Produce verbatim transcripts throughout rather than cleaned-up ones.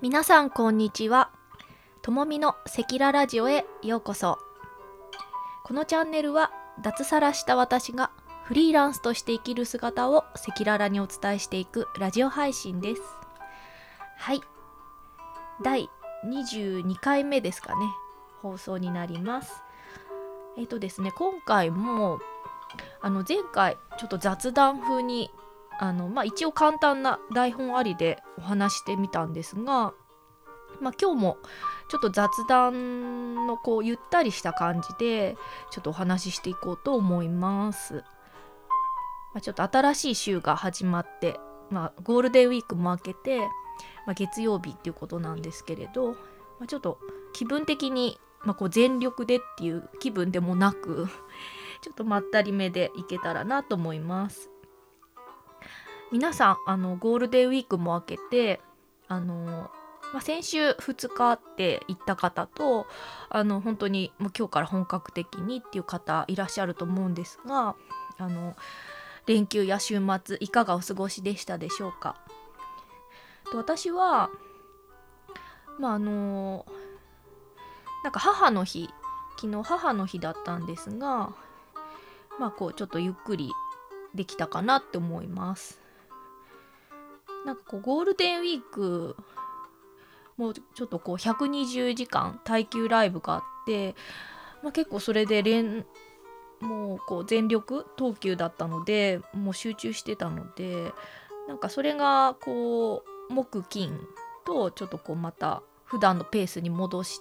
皆さんこんにちは。ともみのセキララジオへようこそ。このチャンネルは脱サラした私がフリーランスとして生きる姿をセキララにお伝えしていくラジオ配信です。はい、だいにじゅうにかいめですかね、放送になります。えっとですね今回もあの前回ちょっと雑談風にあの、まあ、一応簡単な台本ありでお話してみたんですが、まあ、今日もちょっと雑談のこうゆったりした感じでちょっとお話ししていこうと思います。まあ、ちょっと新しい週が始まって、まあ、ゴールデンウィークも明けて、まあ、月曜日っていうことなんですけれど、まあ、ちょっと気分的に、まあ、こう全力でっていう気分でもなくちょっとまったりめでいけたらなと思います。皆さんあのゴールデンウィークも明けてあの、まあ、先週ふつかって行った方とあの本当にもう今日から本格的にっていう方いらっしゃると思うんですが、あの連休や週末いかがお過ごしでしたでしょうか。と私はまああのなんか母の日昨日母の日だったんですが、まあこうちょっとゆっくりできたかなって思います。なんかこうゴールデンウィークもうちょっとこうひゃくにじゅうじかん耐久ライブがあって、まあ、結構それで連もうこう全力投球だったのでもう集中してたので、なんかそれがこう木金とちょっとこうまた普段のペースに戻して、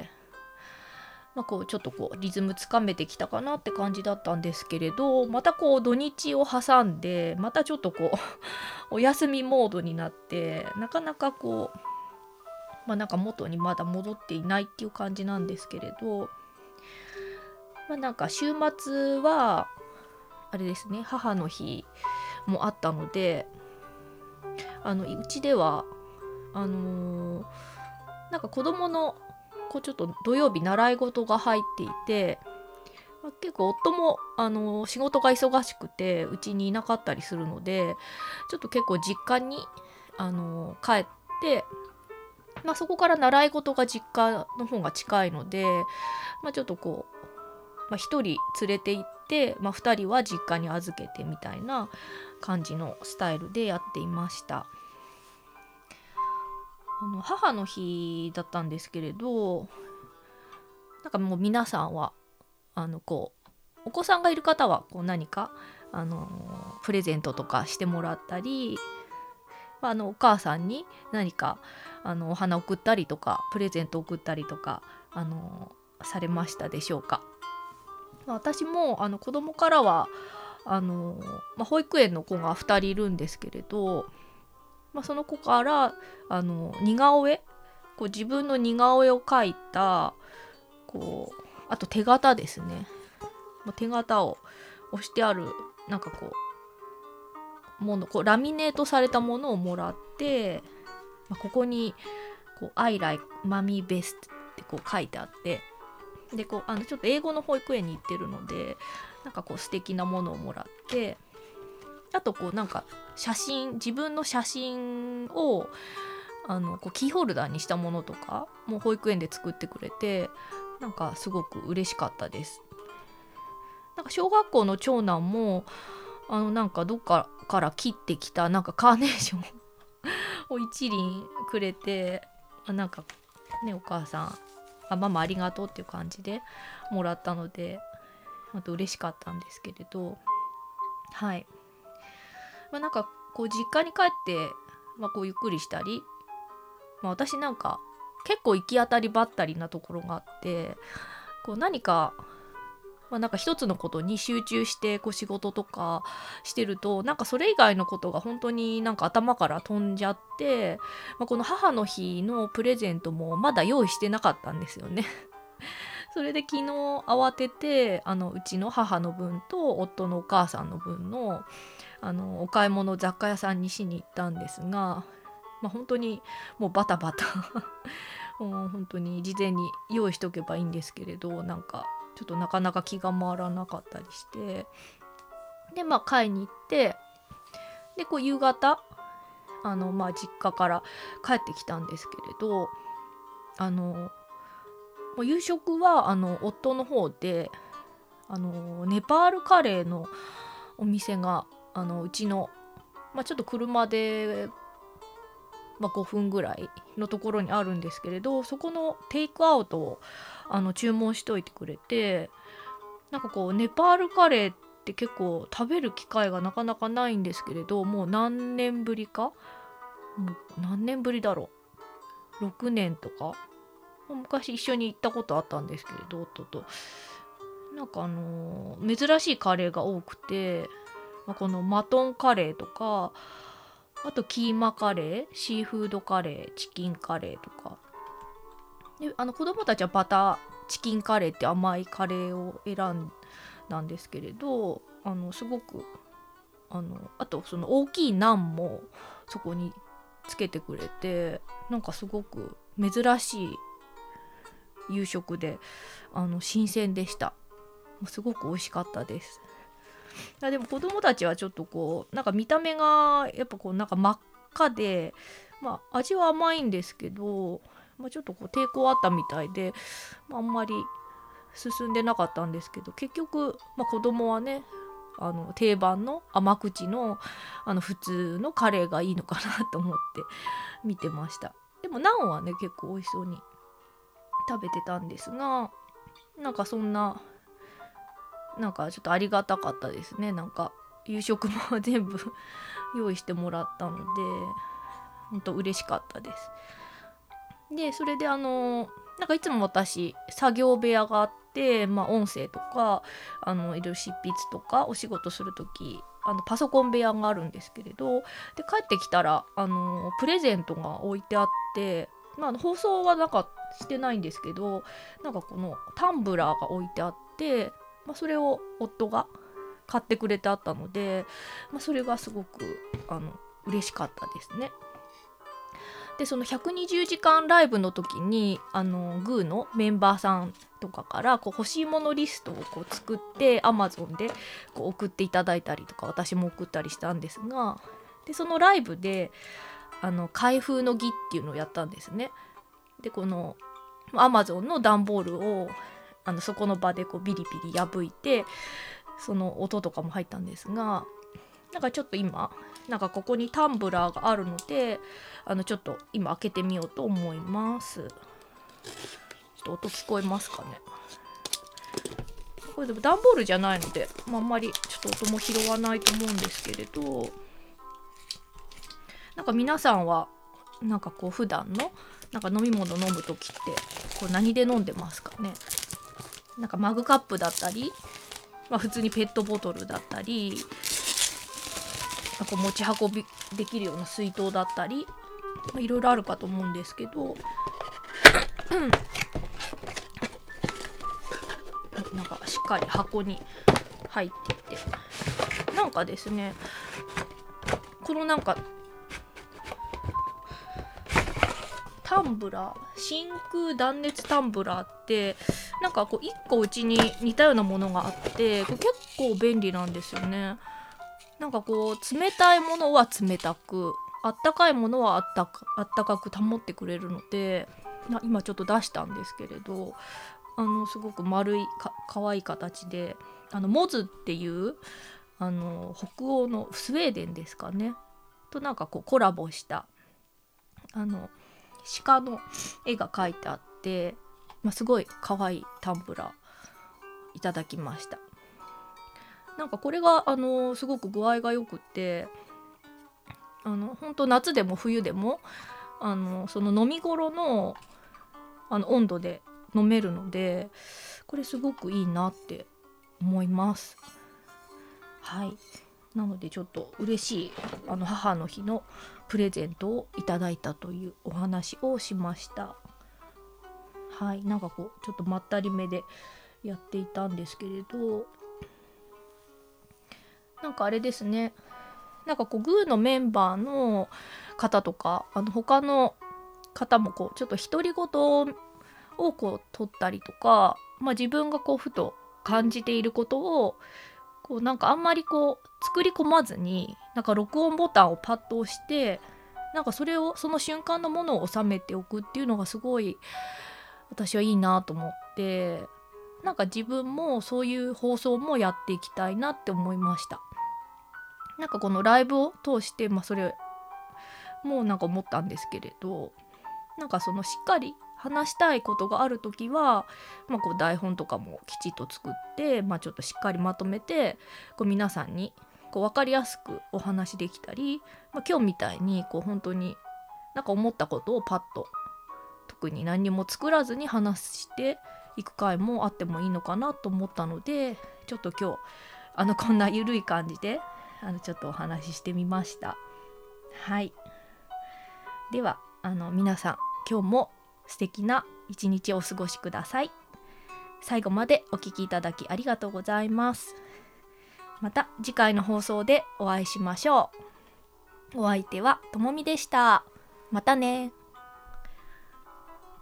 まあ、こうちょっとこうリズムつかめてきたかなって感じだったんですけれど、またこう土日を挟んでまたちょっとこうお休みモードになってなかなかこうまあなんか元にまだ戻っていないっていう感じなんですけれど、まあなんか週末はあれですね母の日もあったので、あのうちではあのーなんか子供のこうちょっと土曜日習い事が入っていて、まあ、結構夫も、あのー仕事が忙しくてうちにいなかったりするので、ちょっと結構実家に、あのー帰って、まあ、そこから習い事が実家の方が近いので、まあ、ちょっとこう、まあ、ひとり連れて行って、まあ、ふたりは実家に預けてみたいな感じのスタイルでやっていました。あの母の日だったんですけれど、なんかもう皆さんはあのこうお子さんがいる方はこう何かあのプレゼントとかしてもらったり、まあ、あのお母さんに何かあのお花送ったりとかプレゼント送ったりとかあのされましたでしょうか。まあ、私もあの子供からはあの、まあ、保育園の子がふたりいるんですけれど、まあ、その子からあの似顔絵こう自分の似顔絵を描いたこうあと手形ですね、まあ、手形を押してあるなんかこうものこうラミネートされたものをもらって、まあ、ここにこう I like mommy best ってこう書いてあって、でこうあのちょっと英語の保育園に行ってるのでなんかこう素敵なものをもらって、あとこうなんか写真自分の写真をあのこうキーホルダーにしたものとかもう保育園で作ってくれて、なんかすごく嬉しかったです。なんか小学校の長男もあのなんかどっかから切ってきたなんかカーネーションを一輪くれて、あなんかねお母さんあママありがとうっていう感じでもらったので本当嬉しかったんですけれど、はい、まあ、なんかこう実家に帰って、まあ、こうゆっくりしたり、まあ、私なんか結構行き当たりばったりなところがあって、こう何か、まあ、なんか一つのことに集中してこう仕事とかしてるとなんかそれ以外のことが本当になんか頭から飛んじゃって、まあ、この母の日のプレゼントもまだ用意してなかったんですよね。それで昨日慌ててあのうちの母の分と夫のお母さんの分のあのお買い物雑貨屋さんにしに行ったんですが、まあ、本当にもうバタバタもう本当に事前に用意しとけばいいんですけれど、なんかちょっとなかなか気が回らなかったりして、でまあ買いに行って、でこう夕方あの、まあ、実家から帰ってきたんですけれど、あの夕食はあの夫の方であのネパールカレーのお店があのうちの、まあ、ちょっと車で、まあ、ごふんぐらいのところにあるんですけれど、そこのテイクアウトをあの注文しといてくれて、なんかこうネパールカレーって結構食べる機会がなかなかないんですけれど、もう何年ぶりか、もう何年ぶりだろう、ろくねんとか、昔一緒に行ったことあったんですけれど、夫となんかあのー珍しいカレーが多くて、まあ、このマトンカレーとか、あとキーマカレー、シーフードカレー、チキンカレーとかで、あの子供たちはバターチキンカレーって甘いカレーを選んだんですけれど、あのすごくあのあとその大きいナンもそこにつけてくれて、なんかすごく珍しい夕食で、あの新鮮でした。すごく美味しかったです。いやでも子供たちはちょっとこうなんか見た目がやっぱこうなんか真っ赤で、まあ味は甘いんですけど、まあ、ちょっとこう抵抗あったみたいで、まあ、あんまり進んでなかったんですけど、結局、まあ、子供はね、あの定番の甘口のあの普通のカレーがいいのかなと思って見てました。でもナンはね結構美味しそうに食べてたんですが、なんかそんななんかちょっとありがたかったですね。なんか夕食も全部用意してもらったので本当嬉しかったです。でそれであのなんかいつも私作業部屋があって、まあ、音声とかあのいろいろ執筆とかお仕事する時あのパソコン部屋があるんですけれど、で帰ってきたらあのプレゼントが置いてあって、まあ、放送はなんかしてないんですけど、なんかこのタンブラーが置いてあって、まあ、それを夫が買ってくれてあったので、まあ、それがすごくあの嬉しかったですね。でそのひゃくにじゅうじかんライブの時にあのグーのメンバーさんとかからこう欲しいものリストをこう作って Amazon でこう送っていただいたりとか、私も送ったりしたんですが、でそのライブであの開封の儀っていうのをやったんですね。でこの Amazon の段ボールをあのそこの場でこうビリビリ破いて、その音とかも入ったんですが、なんかちょっと今なんかここにタンブラーがあるので、あのちょっと今開けてみようと思います。ちょっと音聞こえますかね。これでも段ボールじゃないので、まあ、あんまりちょっと音も拾わないと思うんですけれど、なんか皆さんはなんかこう普段のなんか飲み物飲む時ってこう何で飲んでますかね。なんかマグカップだったり、まあ、普通にペットボトルだったり、なんか持ち運びできるような水筒だったり、まあ、いろいろあるかと思うんですけどなんかしっかり箱に入っていて、なんかですね、このなんかタンブラー、真空断熱タンブラーってなんかこういっこうちに似たようなものがあって、これ結構便利なんですよね。なんかこう冷たいものは冷たく、あったかいものはあったか、あったかく保ってくれるので、今ちょっと出したんですけれど、あのすごく丸いか可愛い形で、あのモズっていうあの北欧のスウェーデンですかねとなんかこうコラボしたあの鹿の絵が描いてあって、まあ、すごい可愛いタンブラーいただきました。なんかこれがあのすごく具合がよくて、あの本当夏でも冬でもあのその飲み頃のあの温度で飲めるので、これすごくいいなって思います。はい、なのでちょっと嬉しいあの母の日のプレゼントをいただいたというお話をしました。はい、なんかこうちょっとまったりめでやっていたんですけれど、なんかあれですね、なんかこうグーのメンバーの方とかあの他の方もこうちょっと独り言をこう取ったりとか、まあ、自分がこうふと感じていることをこうなんかあんまりこう作り込まずに、なんか録音ボタンをパッと押してなんかそれをその瞬間のものを収めておくっていうのがすごい私はいいなと思って、なんか自分もそういう放送もやっていきたいなって思いました。なんかこのライブを通して、まあ、それもうなんか思ったんですけれど、なんかそのしっかり話したいことがあるときは、まあ、こう台本とかもきちっと作って、まあ、ちょっとしっかりまとめてこう皆さんにこう分かりやすくお話できたり、まあ、今日みたいにこう本当になんか思ったことをパッと特に何にも作らずに話していく回もあってもいいのかなと思ったので、ちょっと今日あのこんなゆるい感じであのちょっとお話ししてみました。はい、ではあの皆さん今日も素敵な一日をお過ごしください。最後までお聞きいただきありがとうございます。また次回の放送でお会いしましょう。お相手はともみでした。またね。